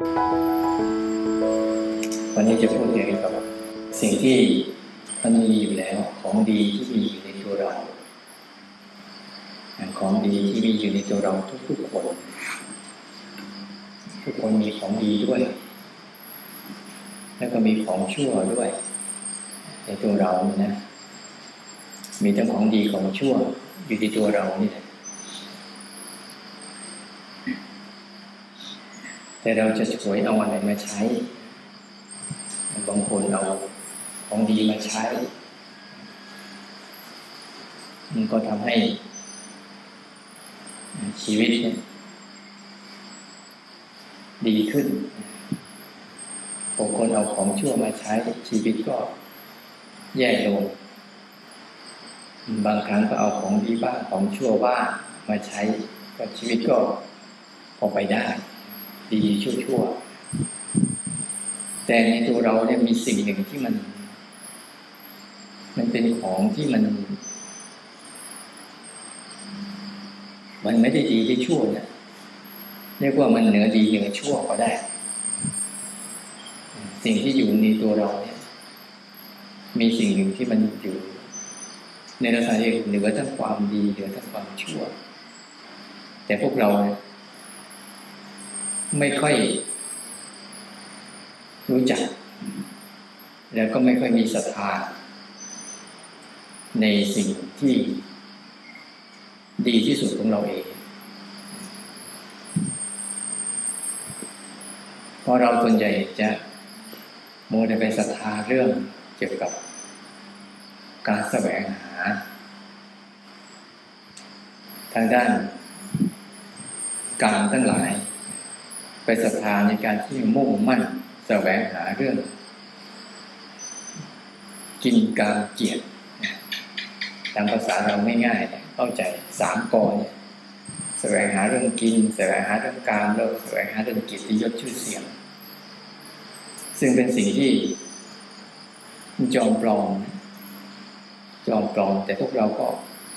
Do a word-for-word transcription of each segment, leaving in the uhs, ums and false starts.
วันนี้จะพูดเกี่ยวกับสิ่งที่มันมีอยู่แล้วของดีที่มีอยู่ในตัวเราของดีที่มีอยู่ในตัวเราทุกๆคนทุกคนมีของดีด้วยแล้วก็มีของชั่วด้วยในตัวเรานะมีทั้งของดีของชั่วอยู่ในตัวเรานี่แหละแต่เราจะฉวยเอาอะไรมาใช้บางคนเอาของดีมาใช้มันก็ทำให้ชีวิตดีขึ้นบางคนเอาของชั่วมาใช้ชีวิตก็แย่ลงบางครั้งก็เอาของดีบ้างของชั่วบ้างมาใช้ก็ชีวิตก็พอไปได้ดีชั่วๆแต่ในตัวเราเนี่ยมีสิ่งหนึ่งที่มันมันเป็นของที่มันมันไม่ได้ดีได้ชั่วนะเรียกว่ามันเหนือดีเหนือชั่วก็ได้สิ่งที่อยู่ในตัวเราเนี่ยมีสิ่งหนึ่งที่มันอยู่ในลักษณะที่เหนือทั้งความดีเหนือทั้งความชั่วแต่พวกเราไม่ค่อยรู้จักแล้วก็ไม่ค่อยมีศรัทธาในสิ่งที่ดีที่สุดของเราเองเพราะเราส่วนใหญ่จะโมเดลไปศรัทธาเรื่องเกี่ยวกับการแสวงหาทางด้านการทั้งหลายไปศรัทธาในการที่มุ่งมั่นแสวงหาเรื่องกินกามเกียรติตามภาษาเราง่ายๆเข้าใจสามกอเนี่ยแสวงหาเรื่องกินแสวงหาเรื่องกามแล้วแสวงหาเรื่องเกียรติยศชื่อเสียงซึ่งเป็นสิ่งที่จอมปลอมจอมปลอมแต่พวกเราก็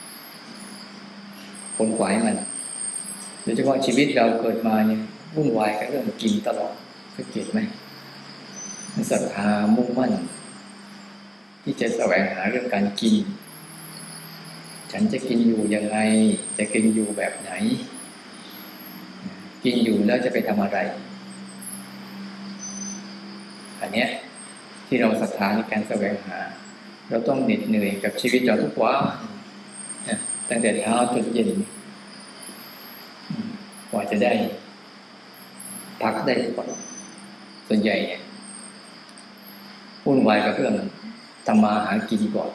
ผลขวายมันโดยเฉพาะชีวิตเราเกิดมาเนี่ยวุ่นวายกับเรื่องกินตลอดสังเกตไหมศรัทธามุ่งมั่นที่จะแสวงหาเรื่องการกินฉันจะกินอยู่ยังไงจะกินอยู่แบบไหนกินอยู่แล้วจะไปทำอะไรอันเนี้ยที่เราศรัทธาในการแสวงหาเราต้องเหน็ดเหนื่อยกับชีวิตเราทุกวันตั้งแต่เช้าจนเย็นกว่าจะได้พักได้ก่อนส่วนใหญ่เนี่ยวุ่นวายกับเรื่องทำมาหากินก่อน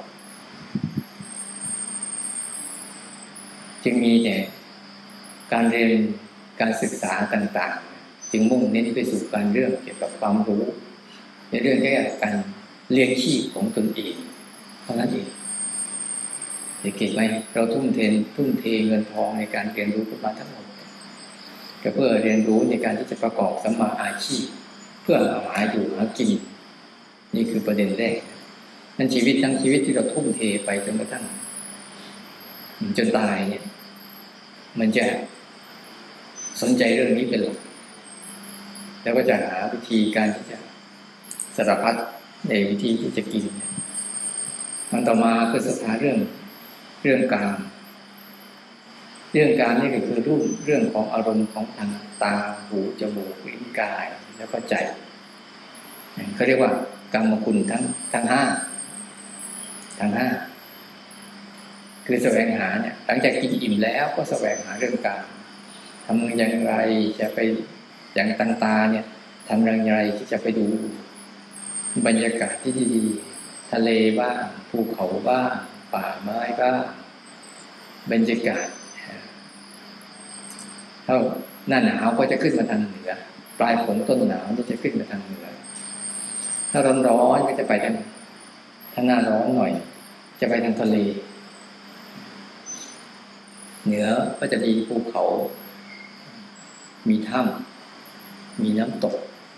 จึงมีแต่การเรียนการศึกษาต่างๆจึงมุ่งเน้นไปสู่การเรื่องเกี่ยวกับความรู้ในเรื่องแค่การเลี้ยงชีพของตนเองเท่านั้นเองสังเกตไหมเราทุ่มเททุ่มเทเงินทองในการเรียนรู้ขึ้นมาทั้งหมดก็เพื่อเรียนรู้ในการที่จะประกอบสัมมาอาชีพเพื่อหาอยู่หากินนี่คือประเด็นแรกนั่นชีวิตทั้งชีวิตที่เราทุ่มเทไปจนกระทั่งจนตายเนี่ยมันจะสนใจเรื่องนี้เป็นหลักแล้วก็จะหาวิธีการที่จะสารพัดในวิธีที่จะกินมันต่อมาคือศรัทธาเรื่องเรื่องการเรื่องการนี่ก็คือรูปเรื่องของอารมณ์ของทางตาหูจมูกลิ้นกายแล้วก็ใจเขาเรียกว่ากรรมคุณทั้งทั้งห้าทั้งห้าคือแสวงหาเนี่ยหลังจากกินอิ่มแล้วก็แสวงหาเรื่องการทำอย่างไรจะไปอย่างตาตาเนี่ยทำอย่างไรที่จะไปดูบรรยากาศที่ดีๆทะเลบ้างภูเขาบ้างป่าไม้บ้างบรรยากาศเท่าหน้าหนาวก็จะขึ้นมาทางเหนือปลายฝนต้นหนาวก็จะขึ้นมาทางเหนือถ้าร้อนร้อนก็จะไปทางถ้าหน้าร้อนหน่อยจะไปทางทะเลเหนือก็จะมีภูเขามีถ้ำมีน้ำตก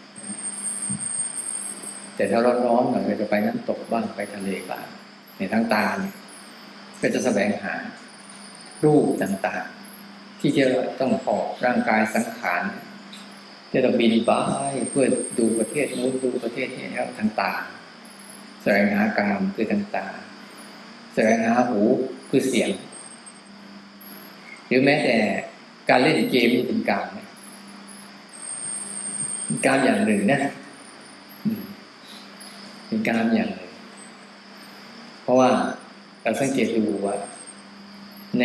แต่ถ้าร้อนๆหน่อยก็จะไปน้ำตกบ้างไปทะเลบ้างในทางตาเนี่ยก็จะแสวงหารูปต่างๆที่จะต้องออกร่างกายสังขาร ไปที่เราบินไปเพื่อดูประเทศนู้นดูประเทศนี้แล้วทางตาแสวงหากามคือทางตาแสวงหาหูคือเสียงหรือแม้แต่การเล่นเกมนี่เป็นกามไหมกามอย่างหนึ่งนะเป็นกามอย่างหนึ่งเพราะว่าเราสังเกตดูว่าใน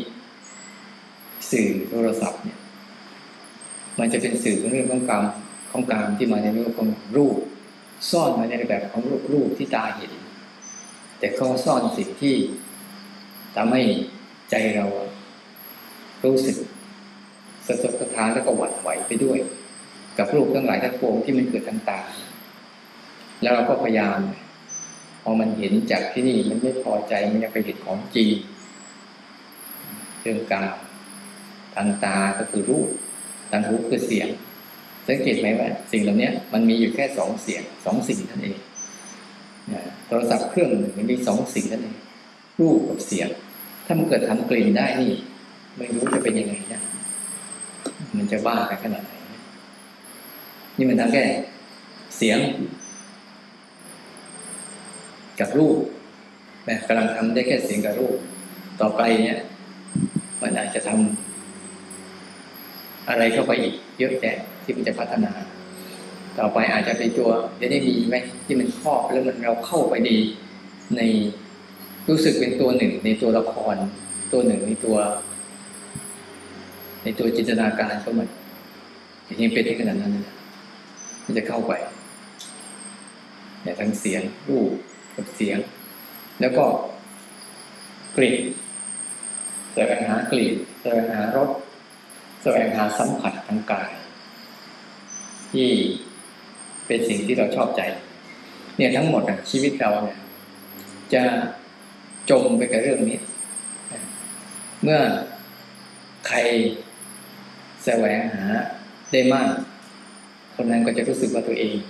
สื่อโทรศัพท์เนี่ยมันจะเป็นสื่อเรื่องของกามของกามที่มาในเรื่องของรูปซ่อนมาในแบบของรูปรูปที่ตาเห็นแต่เขาซ่อนสิ่งที่ทำให้ใจเรารู้สึกสะทกสะท้านแล้วก็หวั่นไหวไปด้วยกับรูปทั้งหลายทั้งปวงที่มันเกิดทางตาแล้วเราก็พยายามพอมันเห็นจากที่นี่มันไม่พอใจมันยังไปเห็นของจริงเรื่องกามทางตาก็คือรูปทางหูคือเสียงสังเกตไหมว่าสิ่งเหล่านี้มันมีอยู่แค่สองเสียงสองสิ่งนั่นเองโทรศัพท์เครื่องหนึ่งมันมีสองสิ่งนั่นเองรูปกับเสียงถ้ามันเกิดทำกลิ่นได้นี่ไม่รู้จะเป็นยังไงนะมันจะบ้าไปขนาดไหนนี่มันทำแค่เสียงกับรูปแบบกำลังทำได้แค่เสียงกับรูปต่อไปเนี่ยมันอาจจะทำอะไรเข้าไปอีกเยอะแยะที่มันจะพัฒนาต่อไปอาจจะเป็นตัวจะได้มีไหมที่มันครอบแล้วมันเราเข้าไปดีในรู้สึกเป็นตัวหนึ่งในตัวละครตัวหนึ่งในตัวในตัวจินตนาการก็มันจริงๆเป็นที่ขนาดนั้นนะมันจะเข้าไปแต่ทั้งเสียงรูปกับเสียงแล้วก็กลิ่นแสวงหากลิ่นแสวงหารสแสวงหาสัมผัสทางกายที่เป็นสิ่งที่เราชอบใจเนี่ยทั้งหมดอ่ะชีวิตเราเนี่ยจะจมไปกับเรื่องนี้เมื่อใครแสวงหาได้มากคนนั้นก็จะรู้สึกว่าตัวเอง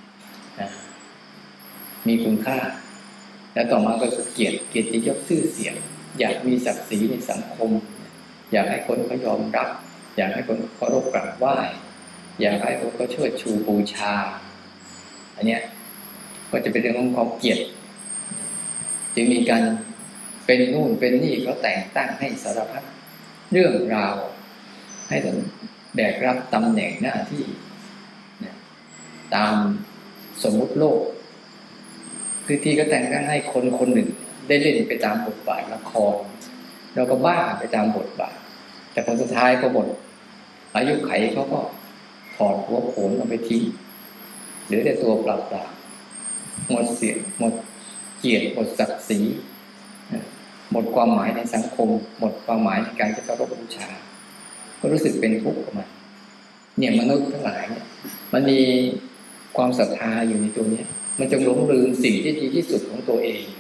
มีคุณค่าแล้วต่อมาก็เกียรติเกียรติยศชื่อเสียงอยากมีศักดิ์ศรีในสังคมอยากให้คนเขายอมรับอยากให้คนเคารพกราบไหว้อยากให้คนเขาเชิดชูบูชาอันเนี้ยก็จะเป็นเรื่องของความเกียรติจึงมีการเป็นนู่นเป็นนี่เขาแต่งตั้งให้สารพัดเรื่องราวให้ต้องแบกรับตำแหน่งหน้าที่ตามสมมุติโลกคือที่ก็แต่งตั้งให้คนคนหนึ่งได้เล่นไปตามบทบาทละครเราก็บ้าไปตามบทบาทแต่ผลสุดท้ายก็หมดอายุไขเขาก็ถอดหัวโขนเอาไปทิ้งเหลือแต่ตัวเปล่าๆหมดเสียงหมดเกียรติหมดศักดิ์ศรีหมดความหมายในสังคมหมดความหมายในการจะเคารพบูชาก็รู้สึกเป็นทุกข์กับมันเนี่ยมนุษย์ทั้งหลายเนี่ยมันมีความศรัทธาอยู่ในตัวนี้มันจงหลงลืมสิ่งที่ดีที่สุดของตัวเอง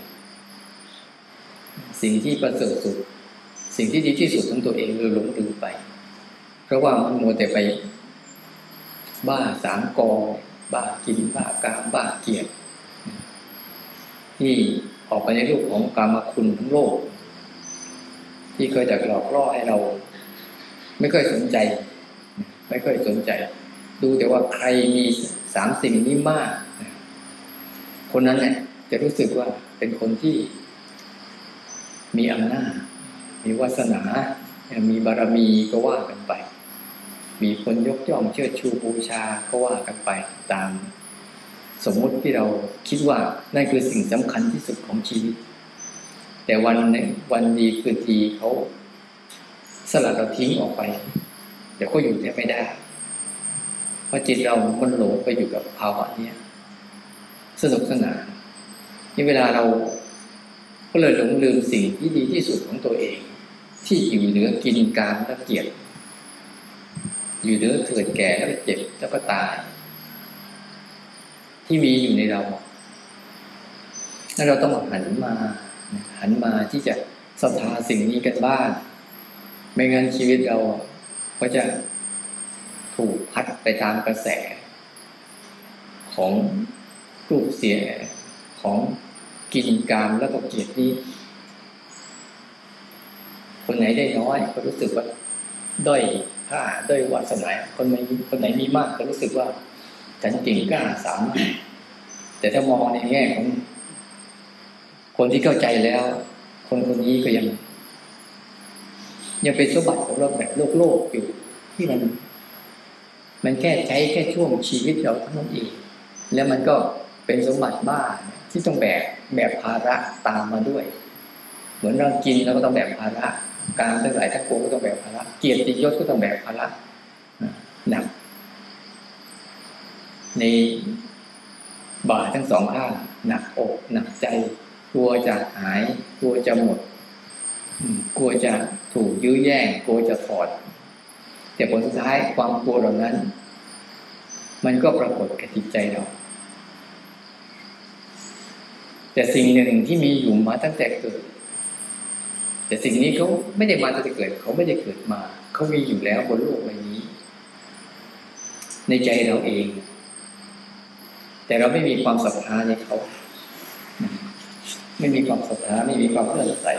สิ่งที่ประเสริฐสุดสิ่งที่ดีที่สุดของตัวเองเลยหลงลืมไปเพราะว่ามันมัวแต่ไปบ้าสามกอบ้ากินบ้ากามบ้าเกียรติที่ออกไปในรูปของกามคุณทั้งโลกที่เคยจะหลอกล่อให้เราไม่ค่อยสนใจไม่ค่อยสนใจดูแต่ว่าใครมีสามสิ่งนี้มากคนนั้นเนี่ยจะรู้สึกว่าเป็นคนที่มีอำนาจมีวาสนามีบารมีก็ว่ากันไปมีคนยกย่องเชิดชูบูชาก็ว่ากันไปตามสมมุติที่เราคิดว่านั่นคือสิ่งสำคัญที่สุดของชีวิตแต่วันนึงวันดีคืนดีเขาสลัดเราทิ้งออกไปเดี๋ยวก็อยู่แทบไม่ได้เพราะจิตเรามันหลงไปอยู่กับภาวะนี้สนุกสนานนี่เวลาเราก็เลยหลงลืมสิ่งที่ดีที่สุดของตัวเองที่อยู่เหนือกินการและเกียรติอยู่เหนือเกิดแก่แล้วเจ็บแล้วก็ตายที่มีอยู่ในเราแล้วเราต้องหันมาหันมาที่จะศรัทธาสิ่งนี้กันบ้างไม่งั้นชีวิตเราก็จะถูกพัดไปตามกระแสของรูปเสียงของกินกามแล้วก็เกียรตินี้คนไหนได้น้อยก็รู้สึกว่าด้อยค่าด้วยวาสนาคนไหนคนไหนมีมากก็รู้สึกว่าฉันเก่งกล้าสามารถแต่ถ้ามองในแง่ของคนที่เข้าใจแล้วคนคนนี้ก็ยังยังเป็นสมบัติของเราแบบโลกโลกอยู่ที่มันมันแค่ใช้แค่ช่วงชีวิตเราเท่านั้นเองแล้วมันก็เป็นสมบัติบ้าที่ต้องแบกแบกภาระตามมาด้วยเหมือนเรากินเราก็ต้องแบกภาระการทั้งหลายทั้งปวงก็ต้องแบกภาระเกียรติยศก็ต้องแบกภาระหนักในบ่าทั้งสองข้างหนักอกหนักใจกลัวจะหายกลัวจะหมดกลัวจะถูกยื้อแย่งกลัวจะถอดแต่ผลสุดท้ายความกลัวเหล่านั้นมันก็ปรากฏกับจิตใจเราแต่สิ่งหนึ่งที่มีอยู่มาตั้งแต่เกิดแต่สิ่งนี้เขาไม่ได้มาตั้งแต่เกิดเขาไม่ได้เกิดมาเขามีอยู่แล้วบนโลกใบนี้ในใจเราเองแต่เราไม่มีความศรัทธาในเขาไม่มีความศรัทธาไม่มีความเลื่อมใส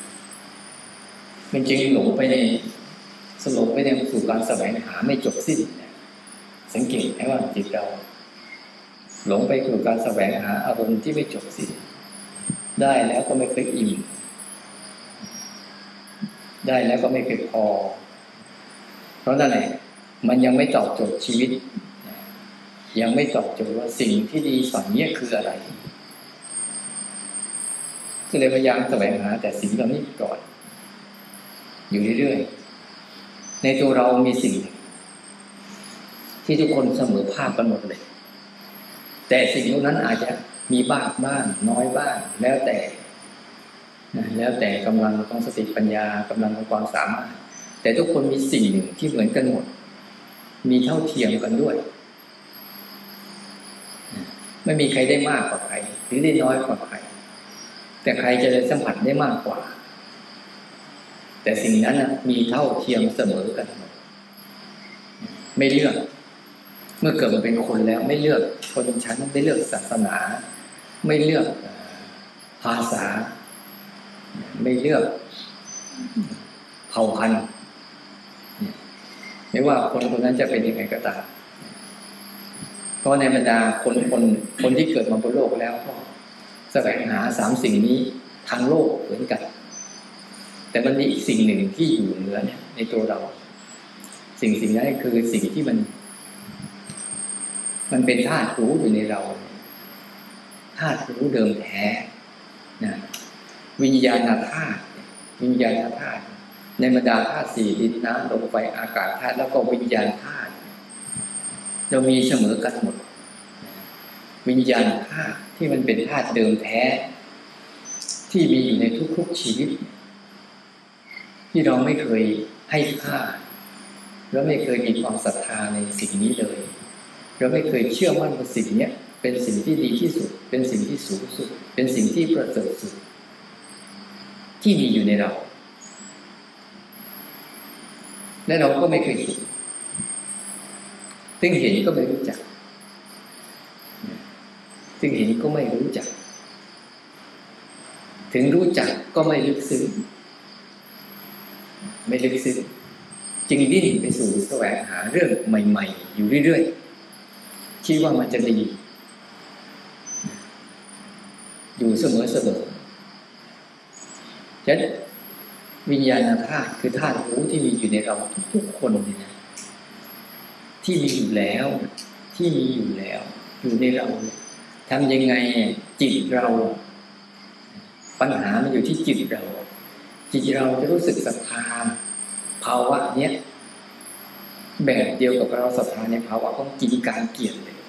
มันจึงหลงไปในสลบไปในสู่การแสวงหาไม่จบสิ้นสังเกตไหมว่าจิตเราหลงไปสู่การแสวงหาอารมณ์ที่ไม่จบสิ้นได้แล้วก็ไม่เคยอิ่มได้แล้วก็ไม่เคยพอเพราะนั่นแหละมันยังไม่ตอบโจทย์ชีวิตยังไม่ตอบโจทย์ว่าสิ่งที่ดีฝั่งนี้คืออะไรก็เลยพยายามแสวงหาแต่สิ่งเหล่านี้ก่อนอยู่เรื่อยๆในตัวเรามีสิ่งที่ทุกคนเสมอภาคกันหมดเลยแต่สิ่งเหล่านั้นอาจจะมีบ้างบ้างน้อยบ้างแล้วแต่แล้วแต่กำลังของสติปัญญากำลังของความสามารถแต่ทุกคนมีสิ่งหนึ่งที่เหมือนกันหมดมีเท่าเทียมกันด้วยไม่มีใครได้มากกว่าใครหรือได้น้อยกว่าใครแต่ใครจะได้สัมผัสได้มากกว่าแต่สิ่งนั้นมีเท่าเทียมเสมอกันไม่เลือกเมื่อเกิดมาเป็นคนแล้วไม่เลือกชนชั้นไม่เลือกศาสนาไม่เลือกภาษาไม่เลือกเผ่าพันธุ์ไม่ว่าคนคนนั้นจะเป็นยังไงก็ตามเพราะในบรรดาคนคนคนที่เกิดมาบนโลกแล้วก็แสวงหาสามสิ่งนี้ทางโลกเหมือนกันแต่มันมีอีกสิ่งหนึ่งที่อยู่เหนือเนี่ยในตัวเราสิ่งสิ่งนั้นคือสิ่งที่มันมันเป็นธาตุรู้อยู่ในเราธาตุรู้เดิมแท้นะวิญญาณธาตุวิญญาณธาตุในบรรดาธาตุสี่ดินน้ำลมไฟอากาศธาตุแล้วก็วิญญาณธาตุเรามีเสมอกันหมดวิญญาณธาตุที่มันเป็นธาตุเดิมแท้ที่มีอยู่ในทุกๆชีวิตที่เราไม่เคยให้ค่าเราไม่เคยมีความศรัทธาในสิ่งนี้เลยเราไม่เคยเชื่อมั่นว่าสิ่งนี้เป็นสิ่งที่ดีที่สุดเป็นสิ่งที่สูงสุดเป็นสิ่งที่ประเสริฐสุดที่มีอยู่ในเราและเราก็ไม่เคยเห็นซึ่งเห็นก็ไม่รู้จักซึ่งเห็นก็ไม่รู้จักถึงรู้จักก็ไม่ลึกซึ้งไม่ลึกซึ้งจึงดิ้นไปสู่แสวงหาเรื่องใหม่ๆอยู่เรื่อยๆคิดว่ามันจะดีอยู่เสมอๆฉะนั้นวิญญาณธาตุคือธาตุรู้ที่มีอยู่ในเราทุกๆคนเนี่ยนะที่มีอยู่แล้วที่มีอยู่แล้วอยู่ในเราทำยังไงจิตเราปัญหามันอยู่ที่จิตเราจิตเราจะรู้สึกศรัทธาภาวะเนี้ยแบบเดียวกับเราศรัทธาในภาวะของกิจการเกียรติเลย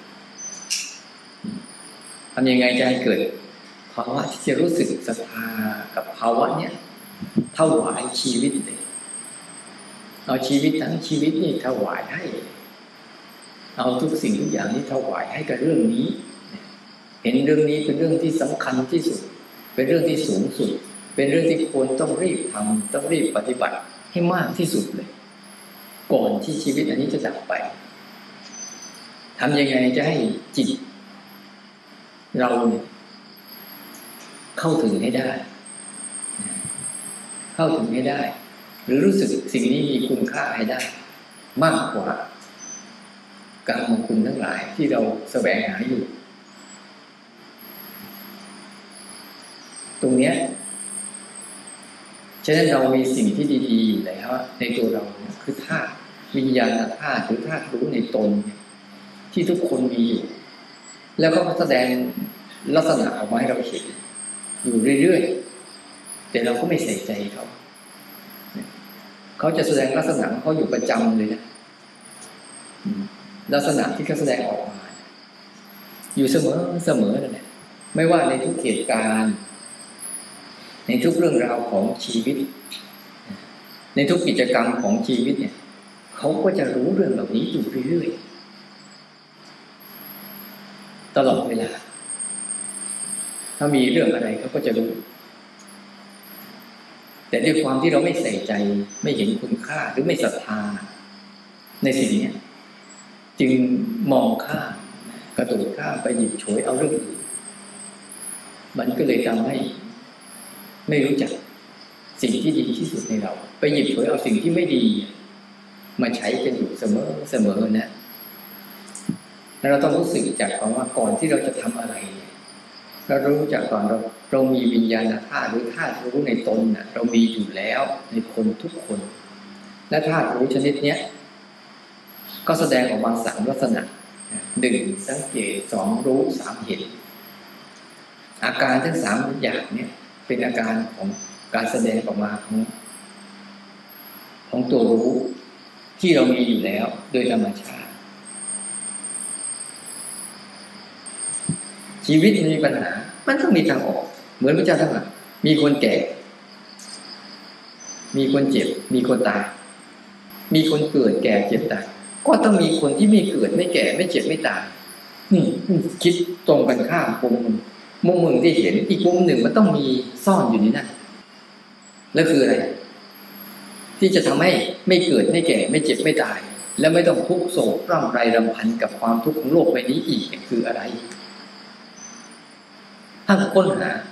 ทำยังไงจะให้เกิดภาวะที่จะรู้สึกศรัทธากับภาวะเนี้ยถวายชีวิตเลยเอาชีวิตทั้งชีวิตนี่ถวายให้เอาทุกสิ่งทุกอย่างนี้ถวายให้กับเรื่องนี้เห็นเรื่องนี้เป็นเรื่องที่สำคัญที่สุดเป็นเรื่องที่สูงสุดเป็นเรื่องที่ควรต้องรีบทำต้องรีบปฏิบัติให้มากที่สุดเลยก่อนที่ชีวิตอันนี้จะดับไปทำยังไงจะให้จิตเราเนี่ยเข้าถึงให้ได้เข้าถึงให้ได้หรือรู้สึกสิ่งนี้มีคุณค่าให้ได้มากกว่าการมองคุณทั้งหลายที่เราแสวงหาอยู่ตรงเนี้ยฉะนั้นเรามีสิ่งที่ดีๆอยู่แล้วในตัวเราคือธาตุวิญญาณธาตุหรือธาตุรู้ในตนที่ทุกคนมีอยู่แล้วก็แสดงลักษณะออกมาให้เราเห็นอยู่เรื่อยๆแต่เราก็ไม่ใส่ใจเขาเขาจะแสดงลักษณะของเขาอยู่ประจำเลยนะลักษณะที่เขาแสดงออกมาอยู่เสมอเสมอนั่นแหละไม่ว่าในทุกเหตุการณ์ในทุกเรื่องราวของชีวิตในทุกกิจกรรมของชีวิตเนี่ยเขาก็จะรู้เรื่องเหล่านี้อยู่เรื่อยๆตลอดเวลาถ้ามีเรื่องอะไรเขาก็จะรู้แต่ด้วยความที่เราไม่ใส่ใจไม่เห็นคุณค่าหรือไม่ศรัทธาในสิ่งนี้จึงมองข้ามกระโดดข้ามไปหยิบฉวยเอาเรื่องอื่นมันก็เลยทำให้ไม่รู้จักสิ่งที่ดีที่สุดในเราไปหยิบฉวยเอาสิ่งที่ไม่ดีมาใช้กันอยู่เสมอเสมอนะแล้วเราต้องรู้สึกจากความว่าก่อนที่เราจะทำอะไรเรารู้จักก่อนเราเรามีวิญญาณธาตุหรือธาตุรู้ในตนนะเรามีอยู่แล้วในคนทุกคนและธาตุรู้ชนิดเนี้ยก็แสดงออกมาสามลักษณะหนึ่งสังเกตสองรู้สามเห็นอาการทั้งสามอย่างเนี้ยเป็นอาการของการแสดงออกมาของของตัวรู้ที่เรามีอยู่แล้วโดยธรรมชาติชีวิตมีปัญหามันต้องมีทางออกเหมือนพระเจ้าทั้งหลายมีคนแก่มีคนเจ็บมีคนตายมีคนเกิดแก่เจ็บตายก็ต้องมีคนที่ไม่เกิดไม่แก่ไม่เจ็บไม่ตายนี่คิดตรงกันข้ามมุมมุมหนึ่งที่เห็นอีกมุมหนึ่งมันต้องมีซ่อนอยู่ในนั้นแล้วคืออะไรที่จะทำให้ไม่เกิดไม่แก่ไม่เจ็บไม่ตายและไม่ต้องทุกข์โศกร่ำไรรำพันกับความทุกข์ของโลกใบนี้อีกคืออะไรถ้าค้นหา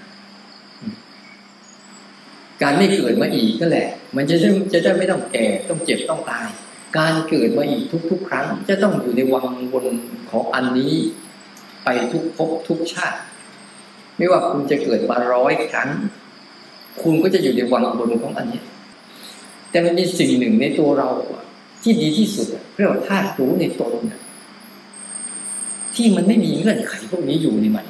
การไม่เกิดมาอีกนั่นแหละมันจะจะได้ไม่ต้องแก่ต้องเจ็บต้องตายการเกิดมาอีกทุกๆครั้งจะต้องอยู่ในวังวนของอันนี้ไปทุกภพทุกชาติไม่ว่าคุณจะเกิดมาร้อยครั้งคุณก็จะอยู่ในวังวนของอันนี้แต่มันมีสิ่งหนึ่งในตัวเราที่ดีที่สุดเรียกว่าธาตุรู้ในตนที่มันไม่มีเงื่อนไขพวกนี้อยู่ในมัน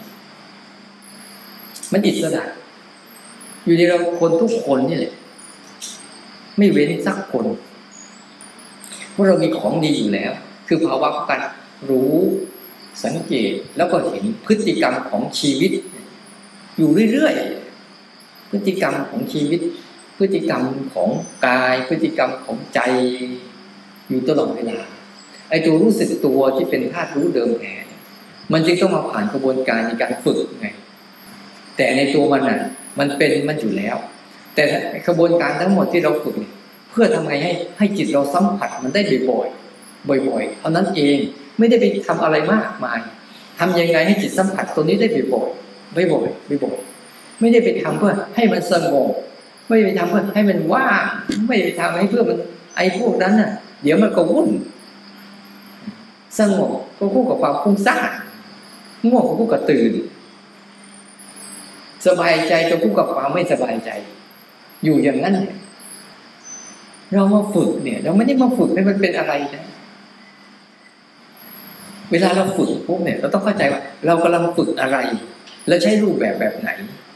มันอิสระอยู่ในเราคนทุกคนนี่แหละไม่เว้นสักคนเพราะเรามีของดีอยู่แล้วคือภาวะของการรู้สังเกตแล้วก็เห็นพฤติกรรมของชีวิตอยู่เรื่อยๆพฤติกรรมของชีวิตพฤติกรรมของกายพฤติกรรมของใจอยู่ตลอดเวลาไอ้ตัวรู้สึกตัวที่เป็นธาตุรู้เดิมแท้มันจึงต้องมาผ่านกระบวนการในการฝึกไงแต่ในตัวมันน่ะมันเป็นมันอยู่แล้วแต่กระบวนการทั้งหมดที่เราฝึกเพื่อทำไงให้ให้จิตเราสัมผัสมันได้บ่อยๆบ่อยๆเท่านั้นเองไม่ได้ไปทำอะไรมากมายทำยังไงให้จิตสัมผัสตัวนี้ได้บ่อยๆบ่อยๆบ่อยๆไม่ได้ไปทำเพื่อให้มันสงบไม่ได้ไปทำเพื่อให้มันว่างไม่ได้ไปทำให้เพื่อมันไอ้พวกนั้นน่ะเดี๋ยวมันก็วุ่นสงบก็คู่กับความฟุ้งซ่านง่วงก็คู่กับตื่นสบายใจก็คู่กับความไม่สบายใจอยู่อย่างนั้นเรามาฝึกเนี่ยเราไม่ได้มาฝึกให้มันเป็นอะไรนะเวลาเราฝึกปุ๊บเนี่ยเราต้องเข้าใจว่าเรากำลังฝึกอะไรและใช้รูปแบบแบบไหน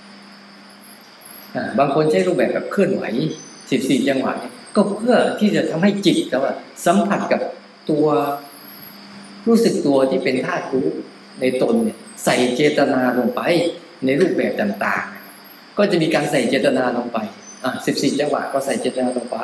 บางคนใช้รูปแบบแบบเคลื่อนไหวสิบสี่จังหวะก็เพื่อที่จะทำให้จิตเราสัมผัสกับตัวรู้สึกตัวที่เป็นธาตุรู้ในตนเนี่ยใส่เจตนาลงไปในรูปแบบต่างๆก็จะมีการใส่เจตนาลงไปอ่ะสิบสี่จังหวะก็ใส่เจตนาลงไป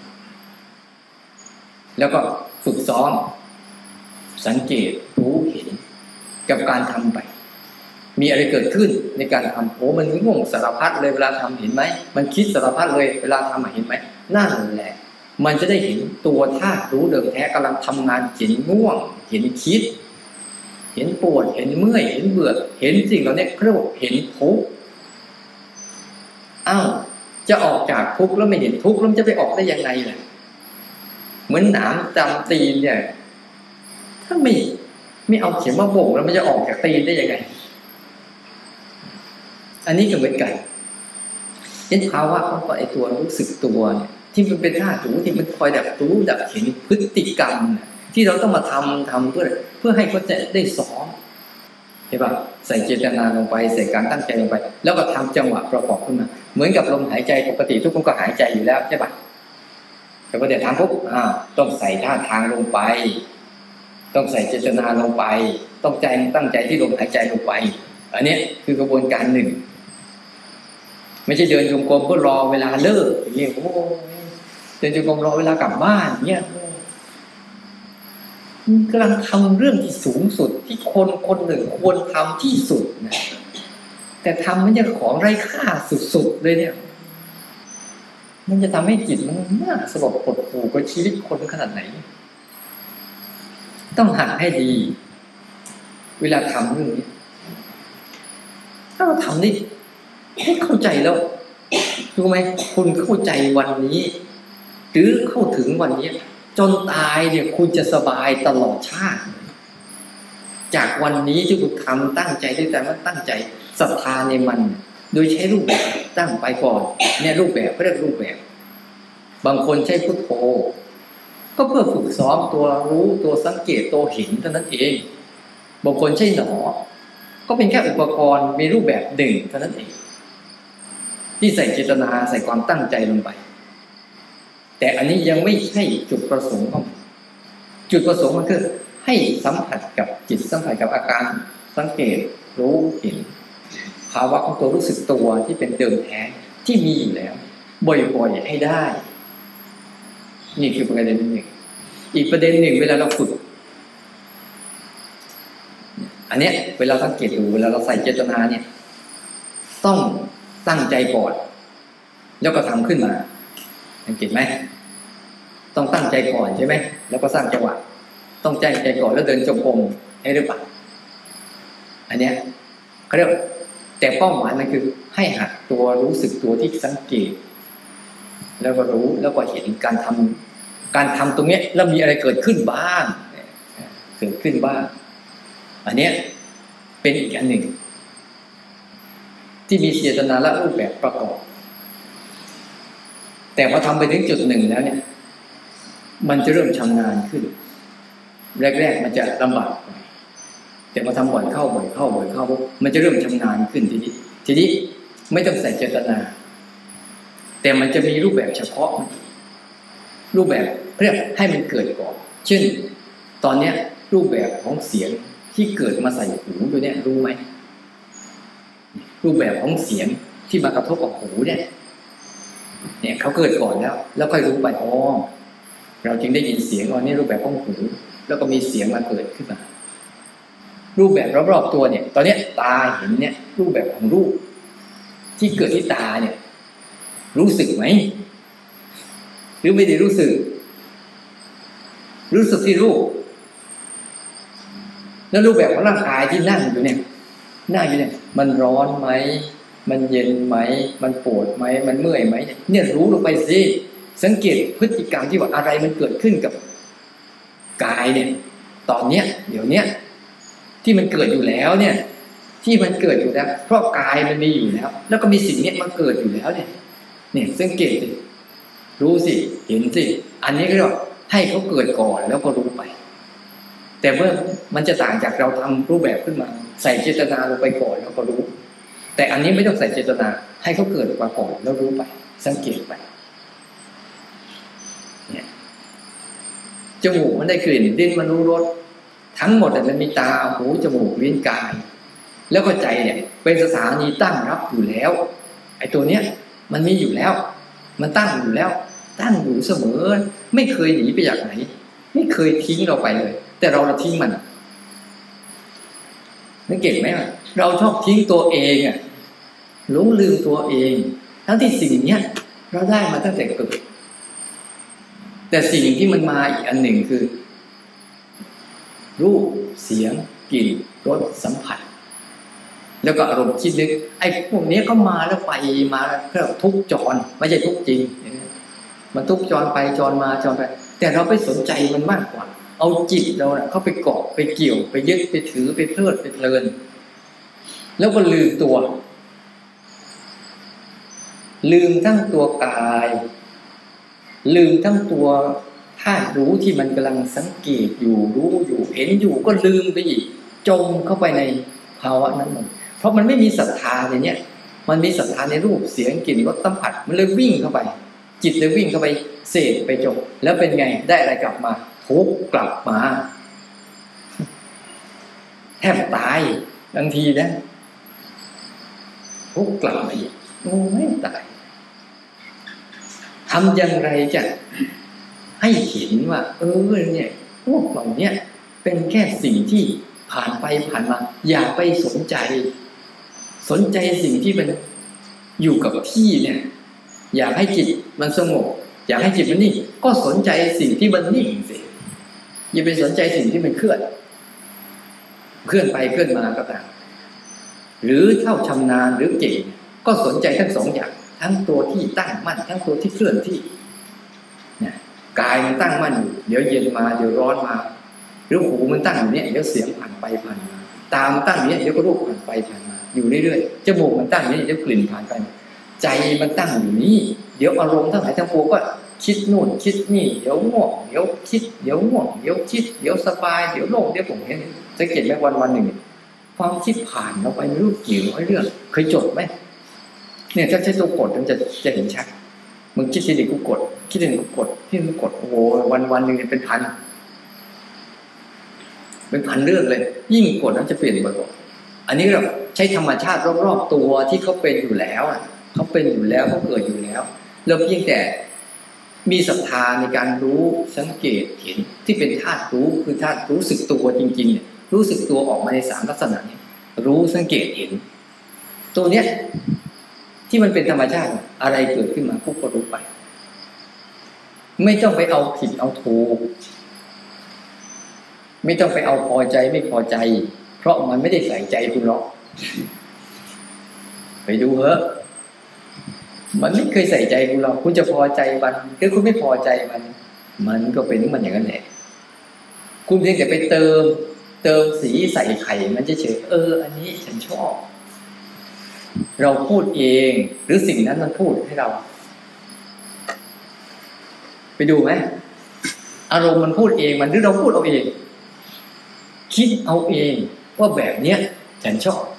แล้วก็ฝึกซ้อมสังเกตรู้เห็นกับการทำไปมีอะไรเกิดขึ้นในการทำโอ้มันง่วงสารพัดเลยเวลาทำเห็นไหมมันคิดสารพัดเลยเวลาทำเห็นไหมนั่นแหละมันจะได้เห็นตัวธาตุรู้เดิมแท้กำลังทำงานเห็นง่วงเห็นคิดเห็นปวดเห็นเมื่อยเห็นเบื่อเห็นสิ่งเหล่านี้เรียกว่าเห็นทุกข์อ้าวจะออกจากทุกข์แล้วไม่เห็นทุกข์แล้วจะไปออกได้ยังไงล่ะเหมือนหนามจำตีนเนี่ยถ้าไม่ไม่เอาเข็มมาโบกแล้วมันจะออกจากตีนได้ยังไงอันนี้ก็เหมือนกันเห็นภาวะของไอ้ตัวรู้สึกตัวเนี่ยที่มันเป็นธาตุรู้ที่มันคอยดับรู้ดับเห็นพฤติกรรมที่เราต้องมาทำทำเพื่อเพื่อให้เขาจะได้ซ้อมเห็นป่ะใส่เจตนาลงไปใส่การตั้งใจลงไปแล้วก็ทำจังหวะประกอบขึ้นมาเหมือนกับลมหายใจปกติทุกคนก็หายใจอยู่แล้วใช่ป่ะแต่พอเดี๋ยวทำปุ๊บอ่าต้องใส่ท่าทางลงไปต้องใส่เจตนาลงไปต้องใจตั้งใจที่ลมหายใจลงไปอันนี้คือกระบวนการหนึ่งไม่ใช่เดินจงกรมเพื่อรอเวลาเลิกอย่างเงี้ยโอ้เดินจงกรมรอเวลากลับบ้านเงี้ยกำลังทำเรื่องที่สูงสุดที่คนคนหนึ่งควรทำที่สุดนะแต่ทำมันจะของไร้ค่าสุดๆเลยเนี่ยมันจะทำให้จิตมันน่าสลดหดหู่กับชีวิตคนขนาดไหนต้องหัดให้ดีเวลาทำเรื่องนี้ถ้าเราทำได้ให้เข้าใจแล้วรู้ไหมคุณเข้าใจวันนี้หรือเข้าถึงวันนี้จนตายเนี่ยคุณจะสบายตลอดชาติจากวันนี้ที่คุณทำตั้งใจด้วยแต่ว่าตั้งใจศรัทธาในมันโดยใช้รูปแบบตั้งไปก่อนเนี่ยรูปแบบเรียกรูปแบบบางคนใช้พุทโธก็เพื่อฝึกซ้อมตัวรู้ตัวสังเกตตัวเห็นเท่านั้นเองบางคนใช้หนอก็เป็นแค่อุปกรณ์มีรูปแบบหนึ่งเท่านั้นเองที่ใส่เจตนาใส่ความตั้งใจลงไปแต่อันนี้ยังไม่ใช่จุดประสงค์ของมันจุดประสงค์มันคือให้สัมผัสกับจิตสัมผัสกับอาการสังเกตรู้เห็นภาวะของตัวรู้สึกตัวที่เป็นเดิมแท้ที่มีอยู่แล้วบ่อยๆให้ได้นี่คือประเด็นหนึ่งอีกประเด็นหนึ่งเวลาเราฝึกอันเนี้ยเวลาสังเกตดูเวลาเราใส่เจตนาเนี่ยต้องตั้งใจก่อนแล้วก็ทำขึ้นมาสังเกตไหมต้องตั้งใจก่อนใช่ไหมแล้วก็สร้างจังหวะต้องใจใจก่อนแล้วเดินจงกรมให้หรือเปล่าอันเนี้ยเขาเรียกแต่เป้าหมายมันคือให้หัดตัวรู้สึกตัวที่สังเกตแล้วก็รู้แล้วก็เห็นการทำการทำตรงเนี้ยแล้วมีอะไรเกิดขึ้นบ้างเกิดขึ้นบ้างอันเนี้ยเป็นอีกอันหนึ่งที่มีเจตนาและรูปแบบประกอบแต่พอทำไปถึงจุดหนึ่งแล้วเนี่ยมันจะเริ่มชำนาญขึ้นแรกๆมันจะลำบากแต่พอทำบ่อยเข้าบ่อยเข้าบ่อยเข้ามันจะเริ่มชำนาญขึ้นทีนี้ทีนี้ไม่ต้องใส่เจตนาแต่มันจะมีรูปแบบเฉพาะรูปแบบเพื่อให้มันเกิดก่อนเช่นตอนเนี้ยรูปแบบของเสียงที่เกิดมาใส่หูตัวเนี้ยรู้ไหมรูปแบบของเสียงที่มากระทบกับหูเนี่ยเนี่ยเขาเกิดก่อนแล้วแล้วค่อยรู้ไปอ๋อเราจึงได้ยินเสียงว่านี่รูปแบบของหูแล้วก็มีเสียงมาเกิดขึ้นมารูปแบบรอบๆตัวเนี่ยตอนนี้ตาเห็นเนี่ยรูปแบบของรูปที่เกิดที่ตาเนี่ยรู้สึกไหมหรือไม่ได้รู้สึกรู้สึกที่รูปแล้วรูปแบบของร่างกายที่นั่งอยู่เนี่ยนั่งอยู่เนี่ยมันร้อนไหมมันเย็นไหมมันปวดไหมมันเมื่อยไหมเนี่ยรู้ลงไปสิสังเกตพฤติกรรมที่ว่าอะไรมันเกิดขึ้นกับกายเนี่ยตอนเนี้ยเดี๋ยวเนี้ยที่มันเกิดอยู่แล้วเนี่ยที่มันเกิดอยู่แล้วเพราะกายมันมีอยู่แล้วแล้วก็มีสิ่งนี้มันเกิดอยู่แล้วเนี่ยเนี่ยสังเกตสิรู้สิเห็นสิอันนี้ก็เรียกว่าให้เขาเกิดก่อนแล้วก็รู้ไปแต่เมื่อมันจะต่างจากเราทำรูปแบบขึ้นมาใส่เจตนาลงไปก่อนแล้วก็รู้แต่อันนี้ไม่ต้องใส่เจตนาให้เขาเกิดมาก่อนแล้วรู้ไปสังเกตไปเนี่ยจมูกมันได้กลิ่นลิ้นมันรู้รสทั้งหมดมันมีตาหูจมูกลิ้นกายแล้วก็ใจเนี่ยเป็นสถานีตั้งรับอยู่แล้วไอ้ตัวเนี้ยมันมีอยู่แล้วมันตั้งอยู่แล้วตั้งอยู่เสมอไม่เคยหนีไปจากไหนไม่เคยทิ้งเราไปเลยแต่เราเราทิ้งมันนึกเก่งไหมล่ะเราชอบทิ้งตัวเองอ่ะหลงลืมตัวเองทั้งที่สิ่งเนี้ยเราได้มาตั้งแต่เกิดแต่สิ่งที่มันมาอีกอันหนึ่งคือรูปเสียงกลิ่นรสสัมผัสแล้วก็อารมณ์คิดนึกไอ้พวกนี้ก็มาแล้วไปมาเพื่อทุกจรไม่ใช่ทุกจริงมันทุกจรไปจรมาจรไปแต่เราไปสนใจมันมากกว่าเอาจิตเราเนี่ยเข้าไปเกาะไปเกี่ยวไปยึดไปถือไปเพลิดไปเพลินแล้วก็ลืมตัวลืมทั้งตัวกายลืมทั้งตัวธาตุรู้ที่มันกำลังสังเกตอยู่รู้อยู่เห็นอยู่ก็ลืมไปอีกจมเข้าไปในภาวะนั้นมันเพราะมันไม่มีศรัทธาในเนี้ยมันมีศรัทธาในรูปเสียงกลิ่นรสสัมผัสมันเลยวิ่งเข้าไปจิตเลยวิ่งเข้าไปเสพไปจมแล้วเป็นไงได้อะไรกลับมาทุกข์กลับมาแทบตายบางทีนะทุกข์กลับมาอีกโอ้ไม่ตายทำอย่างไรจะให้เห็นว่าเออเนี่ยพวกเราเนี่ยเป็นแค่สิ่งที่ผ่านไปผ่านมาอย่าไปสนใจสนใจสิ่งที่มันอยู่กับที่เนี่ยอยากให้จิตมันสงบอยากให้จิตมันนิ่งก็สนใจสิ่งที่มันนิ่งสิอย่าไปสนใจสิ่งที่มันเคลื่อนเคลื่อนไปเคลื่อนมาก็ตามหรือเท่าชำนาญหรือเก่งก็สนใจทั้งสองอย่างทั้งตัวที่ตั้งมั่นทั้งตัวที่เคลื่อนที่เนี่ยกายมันตั้งมั่นอยู่เดี๋ยวเย็นมาเดี๋ยวร้อนมาหรือหูมันตั้งอยู่เนี่ยเดี๋ยวเสียงผ่านไปผ่านมาตามันตั้งอยู่เนี่ยเดี๋ยวก็รูปผ่านไปผ่านมาอยู่เรื่อยๆจมูกมันตั้งอยู่เนี่ยเดี๋ยวกลิ่นผ่านไปใจมันตั้งอยู่นี่เดี๋ยวอารมณ์ทั้งหลายทั้งปวงก็คิดนู่นคิดนี่เดี๋ยวง่วงเดี๋ยวคิดเดี๋ยวง่วงเดี๋ยวคิดเดี๋ยวสบายเดี๋ยวโล่งเดี๋ยวผมเห็นสังเกตไหมวันวันหนึ่งความคิดผ่านเราไปไม่รู้กี่ร้อยเรื่องเคยจดไหมเนี่ยถ้าใช้ตัวกดมันจะจะเห็นชัดมึงคิดทีเดียวกูกดคิดทีเดียวกูกดที่มึงกดโอ้โหวันวันหนึ่งเป็นพันเป็นพันเรื่องเลยยิ่งกดนั้นจะเปลี่ยนบ่อยๆอันนี้เราใช้ธรรมชาติรอบๆตัวที่เขาเป็นอยู่แล้วอ่ะเขาเป็นอยู่แล้วเขาเกิดอยู่แล้วเราเพียงแต่มีศรัทธาในการรู้สังเกตเห็นที่เป็นธาตุรู้คือธาตุรู้สึกตัวจริงๆเนี่ยรู้สึกตัวออกมาในสามลักษณะนี้รู้สังเกตเห็นตัวเนี้ยที่มันเป็นธรรมชาติอะไรเกิดขึ้นมาปุ๊บก็รู้ไปไม่ต้องไปเอาผิดเอาถูกไม่ต้องไปเอาพอใจไม่พอใจเพราะมันไม่ได้ใส่ใจคุณหรอกไปดูเถอะมันไม่เคยใส่ใจคุณหรอกคุณจะพอใจมันหรือคุณไม่พอใจมันมันก็เป็นมันอย่างนั้นแหละคุณเพียงแต่ไปเติมเติมสีใส่ไข่มันเฉยๆเอออันนี้ฉันชอบเราพูดเองหรือสิ่งนั้นมันพูดให้เราไปดูไหมอารมณ์มันพูดเองมันหรือเราพูดเอาเองคิดเอาเองว่าแบบเนี้ยฉันชอบ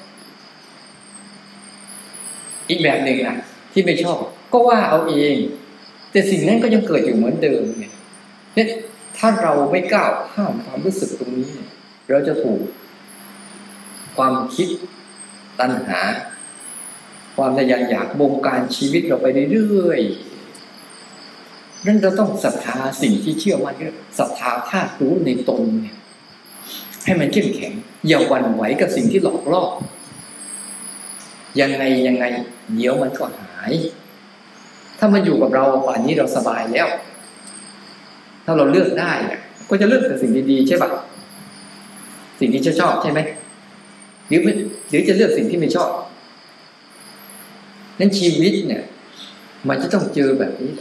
อีกแบบหนึ่งอ่ะที่ไม่ชอบก็ว่าเอาเองแต่สิ่งนั้นก็ยังเกิดอยู่เหมือนเดิมไงเนี่ยถ้าเราไม่กล้าห้ามความรู้สึกตรงนี้เราจะถูกความคิดตัณหาความทะยานอยากบงการชีวิตเราไปเรื่อยๆนั่นเราต้องศรัทธาสิ่งที่เชื่อมั่นศรัทธาธาตุรู้ในตนเนี่ยให้มันเข้มแข็งอย่าหวั่นไหวกับสิ่งที่หลอกล่อยังไงยังไงเดี๋ยวมันก็หายถ้ามันอยู่กับเราป่านนี้เราสบายแล้วถ้าเราเลือกได้ก็จะเลือกแต่สิ่งดีๆใช่ป่ะสิ่งที่ชอบใช่ไหมหรือหรือจะเลือกสิ่งที่ไม่ชอบนั้นชีวิตเนี่ยมันจะต้องเจอแบบนี้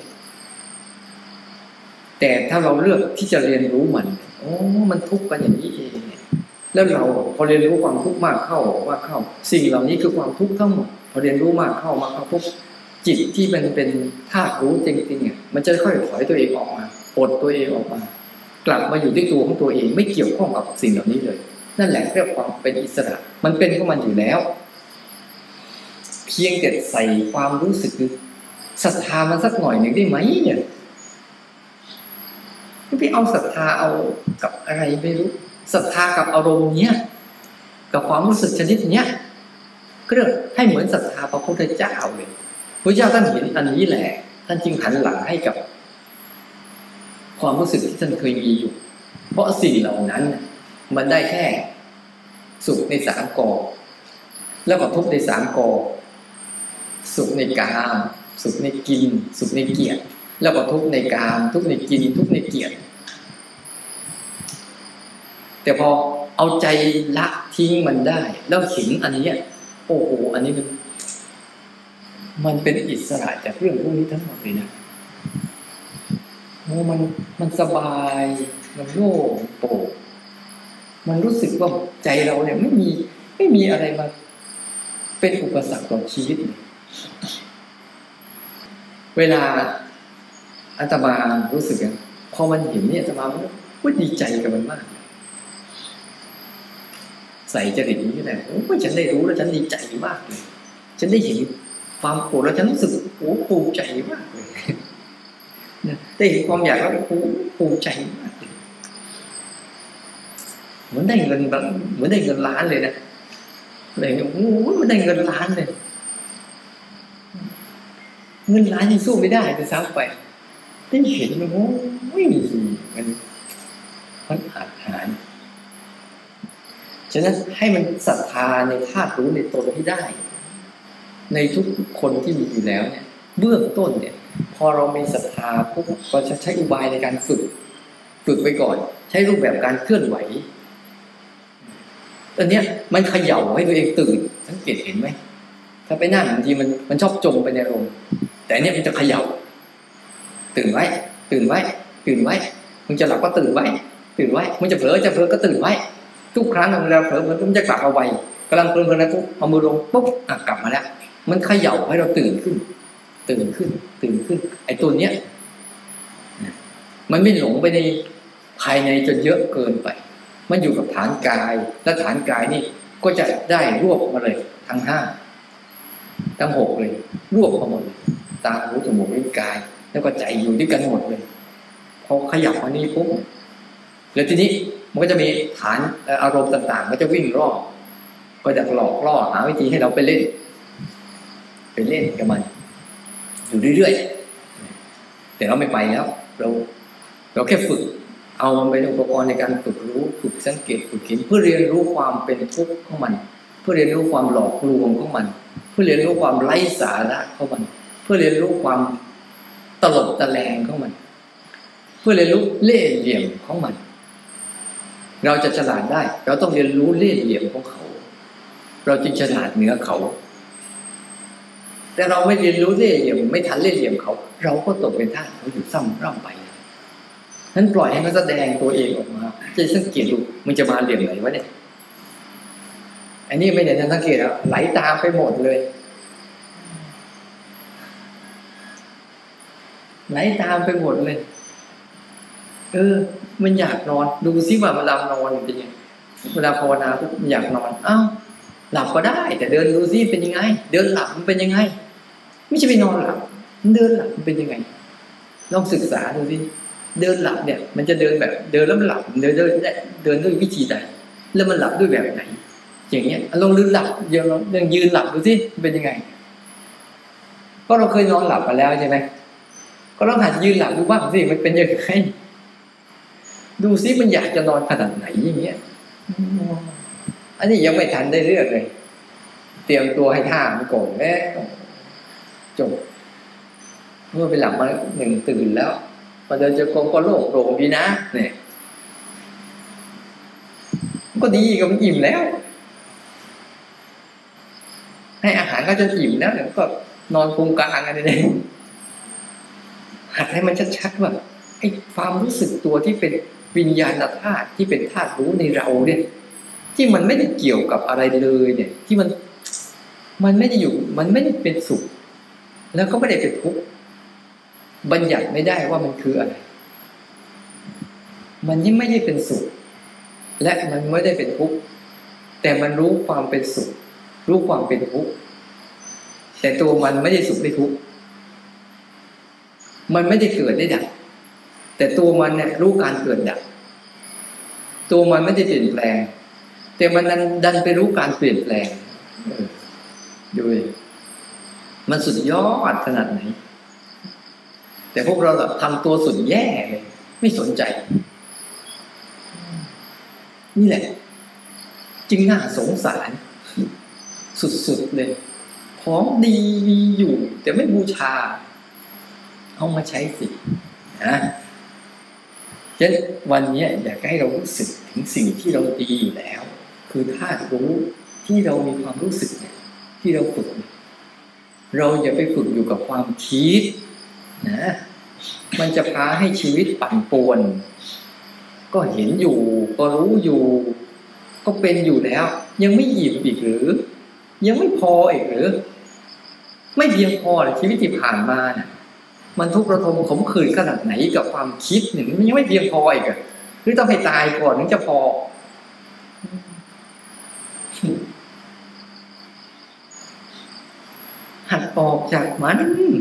แต่ถ้าเราเลือกที่จะเรียนรู้มันโอ้มันทุกข์กันอย่างนี้เองแล้วเราพอเรียนรู้ความทุกข์มากเข้ามากเข้าสิ่งเหล่านี้คือความทุกข์ทั้งหมดพอเรียนรู้มากเข้ามากเข้าปุ๊บจิตที่มันเป็นธาตุรู้จริงๆเนี่ยมันจะค่อยถอยตัวเองออกมาปลดตัวเองออกมากลับมาอยู่ที่ตัวของตัวเองไม่เกี่ยวข้องกับสิ่งเหล่านี้เลยนั่นแหละเรียกความเป็นอิสระมันเป็นของมันอยู่แล้วเพียงแต่ใส่ความรู้สึกศรัทธามันสักหน่อยหนึ่งได้ไหมเนี่ยไม่ไปเอาศรัทธาเอากับอะไรไม่รู้ศรัทธากับอารมณ์เนี้ยกับความรู้สึกชนิดเนี้ยก็เรียกให้เหมือนศรัทธาพระพุทธเจ้าเลยพระเจ้าท่านเห็นอันนี้แหละท่านจึงหันหลังให้กับความรู้สึกที่ท่านเคยมีอยู่เพราะสิ่งเหล่านั้นมันได้แค่สุขในสามกอแล้วก็ทุกข์ในสามกอสุขในกามสุขในกินสุขในเกียรติแล้วก็ทุกข์ในกามทุกข์ในกินทุกข์ในเกียรติแต่พอเอาใจละทิ้งมันได้แล้วเห็นอันนี้โอ้โหอันนี้มันมันเป็นอิสระจากเรื่องพวกนี้ทั้งหมดเลยนะโอ้มันมันสบายมันโล่งโปร่งมันรู้สึกว่าใจเราเนี่ยไม่มีไม่มีอะไรมาเป็นอุปสรรคต่อชีวิตเวลาอาตมารู้สึกอย่างพอมันเห็นเนี่ยอาตมาว่าดีใจกับมันมากใส่จริตนี้ก็ได้โอ้ฉันได้รู้แล้วฉันดีใจมากเลยฉันได้เห็นความโกรธแล้วฉันรู้สึกโอ้ภูมิใจมากเลยได้เห็นความอยากแล้วโอ้ภูมิใจมากเลยเหมือนได้เงินแบบเหมือนได้เงินล้านเลยนะอะไรเงี้ยโอ้มันได้เงินล้านเลยเงินล้านยังสู้ไม่ได้จะซ้ำไปได้เห็นมันโอ้ยมันมันอาถรรพ์ฉะนั้นให้มันศรัทธาในธาตุรู้ในตนให้ได้ในทุกคนที่มีอยู่แล้วเนี่ยเบื้องต้นเนี่ยพอเรามีศรัทธาปุ๊บเราจะใช้อุบายในการฝึกฝึกไปก่อนใช้รูปแบบการเคลื่อนไหวตอนนี้มันเขย่าให้ตัวเองตื่นสังเกตเห็นไหมถ้าไปนั่งบางทีมันมันชอบจมไปในอารมณ์แต่เนี้ยมันจะเขย่าตื่นไว้ตื่นไว้ตื่นไว้มึงจะหลับก็ตื่นไว้ตื่นไว้มึงจะเผลอจะเผลอก็ตื่นไว้ทุกครั้งเวลาเผลอมันจะกลับเอาไว้กำลังเพลินเพลินนะปุ๊บเอามือลงปุ๊บอ่ะกลับมาแล้วมันเขย่าให้เราตื่นขึ้นตื่นขึ้นตื่นขึ้นไอ้ตัวเนี้ยมันไม่หลงไปในภายในจนเยอะเกินไปมันอยู่กับฐานกายและฐานกายนี่ก็จะได้รวบมาเลยทั้งห้าทั้งหกเลยรวบมาหมดเลยตาหูจมูกลิ้นกายแล้วก็ใจอยู่ด้วยกันหมดเลยพอขยับมานี่ปุ๊บแล้วทีนี้มันก็จะมีฐานอารมณ์ต่างๆก็จะวิ่งรอบก็จะหลอกล่อหาวิธีให้เราไปเล่นไปเล่นกับมันอยู่เรื่อยๆแต่เราไม่ไปแล้วเราเราแค่ฝึกเอามันเป็นอุปกรณ์ในการฝึกรู้ฝึกสังเกตฝึกเห็นเพื่อเรียนรู้ความเป็นทุกข์ของมันเพื่อเรียนรู้ความหลอกลวงของมันเพื่อเรียนรู้ความไร้สาระของมันเพื่อเรียนรู้ความตลกตะแลงของมันเพื่อเรียนรู้เล่ห์เหลี่ยมของมันเราจะฉลาดได้เราต้องเรียนรู้เล่ห์เหลี่ยมของเขาเราจึงฉลาดเหนือเขาแต่เราไม่เรียนรู้เล่ห์เหลี่ยมไม่ทันเล่ห์เหลี่ยมเขาเราก็ตกเป็นทาสเขาอยู่ซ้ำร่ำไปนั้นปล่อยให้มันแสดงตัวเองออกมาจะสังเกตดูมันจะมาเหลี่ยมไหนวะเนี่ยอันนี้ไม่ได้ทันสังเกตแล้วไหลตามไปหมดเลยไหลตามไปหมดเลยเออมันอยากนอนดูซิว่าเวลานอนเป็นยังไงเวลาภาวนาปุ๊บมันอยากนอนอ้าวหลับก็ได้แต่เดินดูซิเป็นยังไงเดินหลับมันเป็นยังไงไม่ใช่ไปนอนหลับเดินหลับมันเป็นยังไงลองศึกษาดูซิเดินหลับเนี่ยมันจะเดินแบบเดินแล้วมันหลับเดินเดินเดินด้วยวิธีใดแล้วมันหลับด้วยแบบไหนอย่างเงี้ยลองลืมหลับเดี๋ยวลองยืนหลับดูซิเป็นยังไงเพราะเราเคยนอนหลับมาแล้วใช่ไหมก็ลองหัดยืนหลับดูบ้างสิมันเป็นยังไงดูซิมันอยากจะนอนขนาดไหนอย่างเงี้ยอันนี้ยังไม่ทันได้เลือกเลยเตรียมตัวให้ท่ามันก่อนแม่จบเมื่อไปหลับมาหนึ่งตื่นแล้วพอเดินจะกงก็โล่งโปร่งดีนะเนี่ยก็ดีก็มันอิ่มแล้วให้อาหารก็จะอิ่มแล้วเดี๋ยวก็นอนพุงกลางอะไรเนี่ยหัดให้มันชัดๆว่าไอ้ความรู้สึกตัวที่เป็นวิญญาณธาตุที่เป็นธาตุรู้ในเราเนี่ยที่มันไม่ได้เกี่ยวกับอะไรเลยเนี่ยที่มันมันไม่ได้อยู่มันไม่ได้เป็นสุขแล้วก็ไม่ได้เป็นทุกข์บัญญัติไม่ได้ว่ามันคืออะไรมันยิ่งไม่ได้เป็นสุขและมันไม่ได้เป็นทุกข์แต่มันรู้ความเป็นสุขรู้ความเป็นทุกข์แต่ตัวมันไม่ได้สุขไม่ทุกข์มันไม่ได้เกิดได้ดับแต่ตัวมันเนี่ยรู้การเกิดดับตัวมันไม่ได้เปลี่ยนแปลงแต่มันดันดันไปรู้การเปลี่ยนแปลงดูมันสุดยอดขนาดไหนแต่พวกเราทำตัวสุดแย่เลยไม่สนใจนี่แหละจึงน่าสงสารสุดๆเลยของดีมีอยู่แต่ไม่บูชาเอามาใช้สินะฉะนั้นวันนี้อยากให้เรารู้สึกถึงสิ่งที่เราดีอยู่แล้วคือธาตุรู้ที่เรามีความรู้สึกเนี่ยที่เราฝึกเราอย่าไปฝึกอยู่กับความคิดนะมันจะพาให้ชีวิตปั่นป่วนก็เห็นอยู่ก็รู้อยู่ก็เป็นอยู่แล้วยังไม่อิ่มอีกหรือยังไม่พออีกหรือไม่เพียงพอเลยชีวิตที่ผ่านมาเนี่ยมันทุกข์ระทมขมขื่นขนาดไหนกับความคิดเนี่ยมันยังไม่เพียงพออีกหรือต้องให้ตายก่อนถึงจะพอหัดออกจากมัน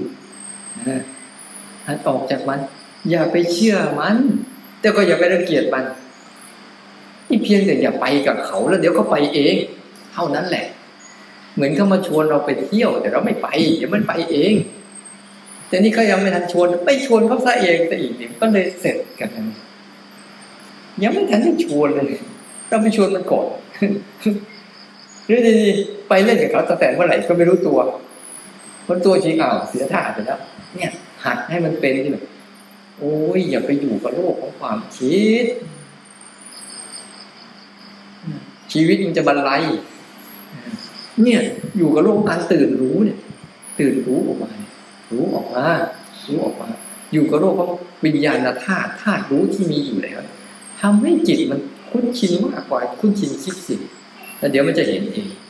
หัดออกจากมันอย่าไปเชื่อมันแต่ก็อย่าไปรังเกียจมันนี่เพียงแต่อย่าไปกับเขาแล้วเดี๋ยวเขาไปเองเท่านั้นแหละเหมือนเขามาชวนเราไปเที่ยวแต่เราไม่ไปเดี๋ยวมันไปเองแต่นี่เขายังไม่ทันชวนไปชวนเขาซะเองซะอีกเดี๋ยวก็เลยเสร็จกันยังไม่ทันได้ชวนเลยเราไปชวนมันก่อนหรือดีๆไปเล่นกับเขาตั้งแต่เมื่อไหร่ก็ไม่รู้ตัวคนตัวจริงอ้าวเสียท่าไปแล้วเนี่ยหัดให้มันเป็นที่แบบโอ้ยอย่าไปอยู่กับโลกของความคิดชีวิตมันจะบรรลัยเนี่ยอยู่กับโลกการตื่นรู้เนี่ยตื่นรู้ออกมารู้ออกมารู้ออกมาอยู่กับโลกของวิญญาณธาตุธาตุรู้ที่มีอยู่แล้วทำให้จิตมันคุ้นชินมากกว่าคุ้นชินคิดสิ่งแล้วเดี๋ยวมันจะเห็นเอง